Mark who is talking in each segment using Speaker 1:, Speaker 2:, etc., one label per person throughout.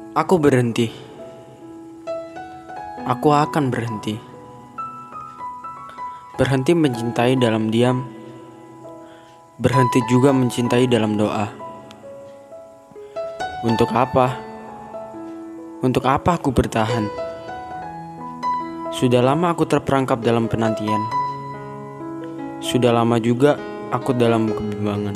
Speaker 1: Aku berhenti. Aku akan berhenti. Berhenti mencintai dalam diam. Berhenti juga mencintai dalam doa. Untuk apa? Untuk apa aku bertahan? Sudah lama aku terperangkap dalam penantian. Sudah lama juga aku dalam kebimbangan.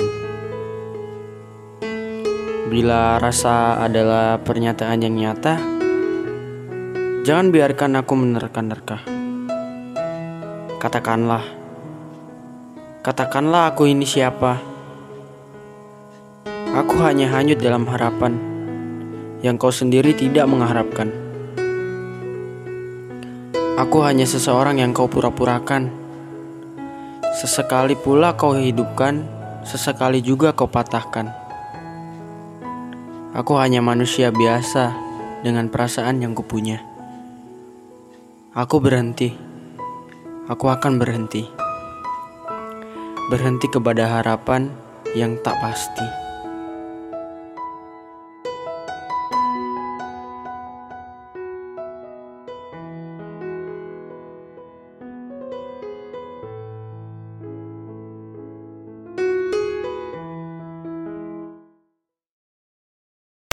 Speaker 1: Bila rasa adalah pernyataan yang nyata, jangan biarkan aku menerka-nerka. Katakanlah aku ini siapa. Aku hanya hanyut dalam harapan yang kau sendiri tidak mengharapkan. Aku hanya seseorang yang kau pura-purakan. Sesekali pula kau hidupkan, sesekali juga kau patahkan. Aku hanya manusia biasa dengan perasaan yang kupunya. Aku berhenti. Aku akan berhenti. Berhenti kepada harapan yang tak pasti.